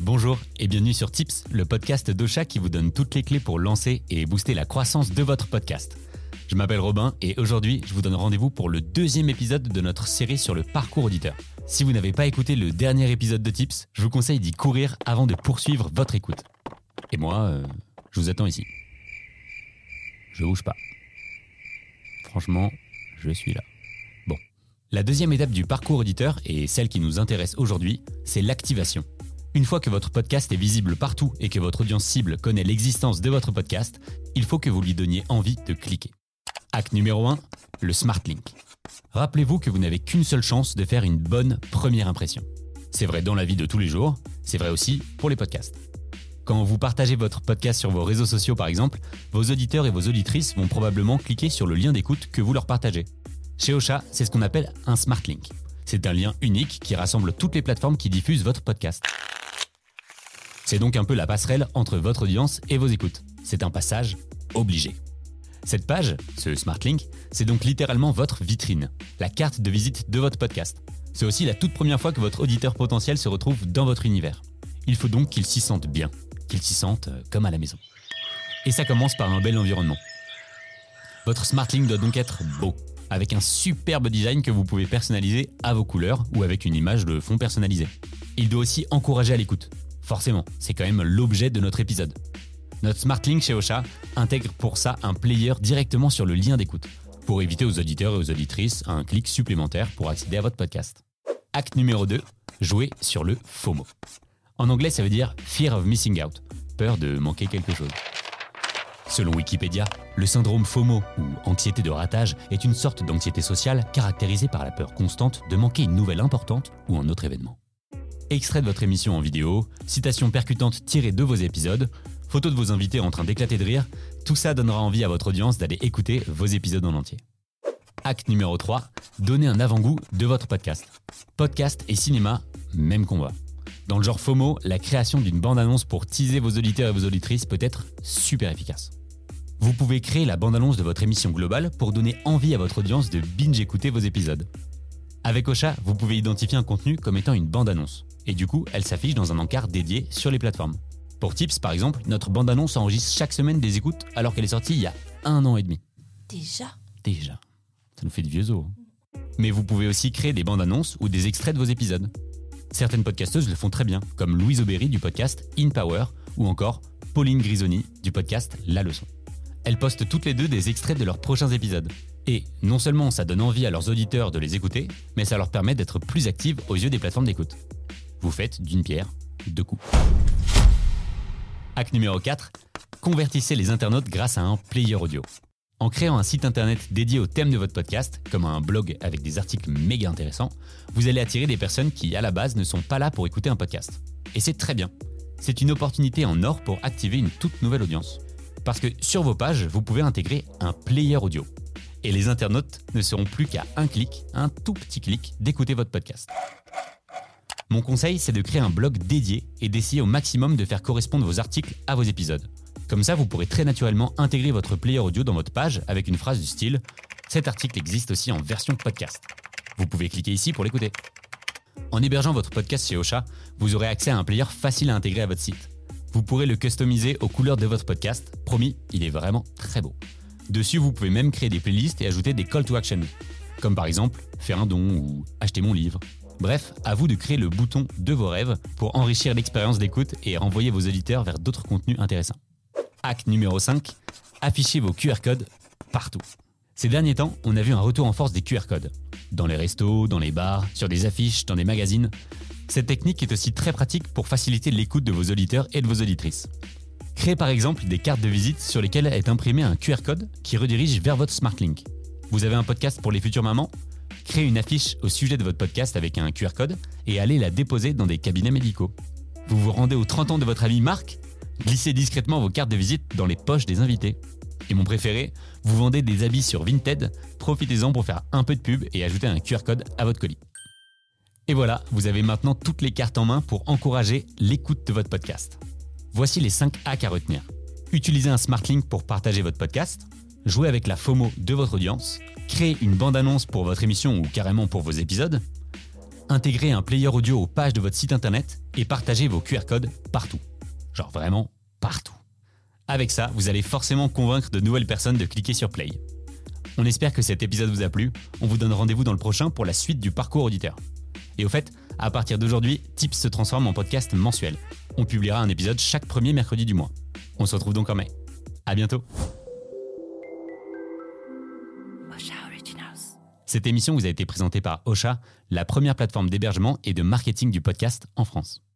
Bonjour et bienvenue sur Tips, le podcast d'Ocha qui vous donne toutes les clés pour lancer et booster la croissance de votre podcast. Je m'appelle Robin et aujourd'hui, je vous donne rendez-vous pour le 2e épisode de notre série sur le parcours auditeur. Si vous n'avez pas écouté le dernier épisode de Tips, je vous conseille d'y courir avant de poursuivre votre écoute. Et moi, je vous attends ici. Je bouge pas. Franchement, je suis là. Bon. La deuxième étape du parcours auditeur, et celle qui nous intéresse aujourd'hui, c'est l'activation. Une fois que votre podcast est visible partout et que votre audience cible connaît l'existence de votre podcast, il faut que vous lui donniez envie de cliquer. Acte numéro 1, le Smart Link. Rappelez-vous que vous n'avez qu'une seule chance de faire une bonne première impression. C'est vrai dans la vie de tous les jours, c'est vrai aussi pour les podcasts. Quand vous partagez votre podcast sur vos réseaux sociaux par exemple, vos auditeurs et vos auditrices vont probablement cliquer sur le lien d'écoute que vous leur partagez. Chez Ocha, c'est ce qu'on appelle un Smart Link. C'est un lien unique qui rassemble toutes les plateformes qui diffusent votre podcast. C'est donc un peu la passerelle entre votre audience et vos écoutes. C'est un passage obligé. Cette page, ce Smart Link, c'est donc littéralement votre vitrine, la carte de visite de votre podcast. C'est aussi la toute première fois que votre auditeur potentiel se retrouve dans votre univers. Il faut donc qu'il s'y sente bien, qu'il s'y sente comme à la maison. Et ça commence par un bel environnement. Votre Smart Link doit donc être beau, avec un superbe design que vous pouvez personnaliser à vos couleurs ou avec une image de fond personnalisée. Il doit aussi encourager à l'écoute. Forcément, c'est quand même l'objet de notre épisode. Notre Smart Link chez Ocha intègre pour ça un player directement sur le lien d'écoute, pour éviter aux auditeurs et aux auditrices un clic supplémentaire pour accéder à votre podcast. Acte numéro 2, jouer sur le FOMO. En anglais, ça veut dire Fear of Missing Out, peur de manquer quelque chose. Selon Wikipédia, le syndrome FOMO, ou anxiété de ratage, est une sorte d'anxiété sociale caractérisée par la peur constante de manquer une nouvelle importante ou un autre événement. Extrait de votre émission en vidéo, citations percutantes tirées de vos épisodes, photos de vos invités en train d'éclater de rire, tout ça donnera envie à votre audience d'aller écouter vos épisodes en entier. Acte numéro 3, donnez un avant-goût de votre podcast. Podcast et cinéma, même combat. Dans le genre FOMO, la création d'une bande-annonce pour teaser vos auditeurs et vos auditrices peut être super efficace. Vous pouvez créer la bande-annonce de votre émission globale pour donner envie à votre audience de binge-écouter vos épisodes. Avec Ocha, vous pouvez identifier un contenu comme étant une bande-annonce. Et du coup, elle s'affiche dans un encart dédié sur les plateformes. Pour Tips, par exemple, notre bande-annonce enregistre chaque semaine des écoutes alors qu'elle est sortie il y a 1 an et demi. Déjà. Ça nous fait de vieux os. Mais vous pouvez aussi créer des bandes-annonces ou des extraits de vos épisodes. Certaines podcasteuses le font très bien, comme Louise Aubéry du podcast In Power ou encore Pauline Grisoni du podcast La Leçon. Elles postent toutes les deux des extraits de leurs prochains épisodes. Et non seulement ça donne envie à leurs auditeurs de les écouter, mais ça leur permet d'être plus actives aux yeux des plateformes d'écoute. Vous faites d'une pierre 2 coups. Acte numéro 4, convertissez les internautes grâce à un player audio. En créant un site internet dédié au thème de votre podcast, comme un blog avec des articles méga intéressants, vous allez attirer des personnes qui, à la base, ne sont pas là pour écouter un podcast. Et c'est très bien. C'est une opportunité en or pour activer une toute nouvelle audience. Parce que sur vos pages, vous pouvez intégrer un player audio. Et les internautes ne seront plus qu'à un clic, un tout petit clic, d'écouter votre podcast. Mon conseil, c'est de créer un blog dédié et d'essayer au maximum de faire correspondre vos articles à vos épisodes. Comme ça, vous pourrez très naturellement intégrer votre player audio dans votre page avec une phrase du style « Cet article existe aussi en version podcast ». Vous pouvez cliquer ici pour l'écouter. En hébergeant votre podcast chez Ocha, vous aurez accès à un player facile à intégrer à votre site. Vous pourrez le customiser aux couleurs de votre podcast. Promis, il est vraiment très beau. Dessus, vous pouvez même créer des playlists et ajouter des call to action, comme par exemple « Faire un don » ou « Acheter mon livre ». Bref, à vous de créer le bouton de vos rêves pour enrichir l'expérience d'écoute et renvoyer vos auditeurs vers d'autres contenus intéressants. Acte numéro 5, affichez vos QR codes partout. Ces derniers temps, on a vu un retour en force des QR codes. Dans les restos, dans les bars, sur des affiches, dans des magazines. Cette technique est aussi très pratique pour faciliter l'écoute de vos auditeurs et de vos auditrices. Créez par exemple des cartes de visite sur lesquelles est imprimé un QR code qui redirige vers votre Smart Link. Vous avez un podcast pour les futures mamans ? Créez une affiche au sujet de votre podcast avec un QR code et allez la déposer dans des cabinets médicaux. Vous vous rendez aux 30 ans de votre ami Marc ? Glissez discrètement vos cartes de visite dans les poches des invités. Et mon préféré, vous vendez des habits sur Vinted, profitez-en pour faire un peu de pub et ajouter un QR code à votre colis. Et voilà, vous avez maintenant toutes les cartes en main pour encourager l'écoute de votre podcast. Voici les 5 hacks à retenir. Utilisez un Smart Link pour partager votre podcast, jouez avec la FOMO de votre audience, créez une bande-annonce pour votre émission ou carrément pour vos épisodes, Intégrez un player audio aux pages de votre site internet et partagez vos QR codes partout. Genre vraiment partout. Avec ça, vous allez forcément convaincre de nouvelles personnes de cliquer sur Play. On espère que cet épisode vous a plu. On vous donne rendez-vous dans le prochain pour la suite du parcours auditeur. Et au fait, à partir d'aujourd'hui, Tips se transforme en podcast mensuel. On publiera un épisode chaque premier mercredi du mois. On se retrouve donc en mai. À bientôt. Cette émission vous a été présentée par Ocha, la première plateforme d'hébergement et de marketing du podcast en France.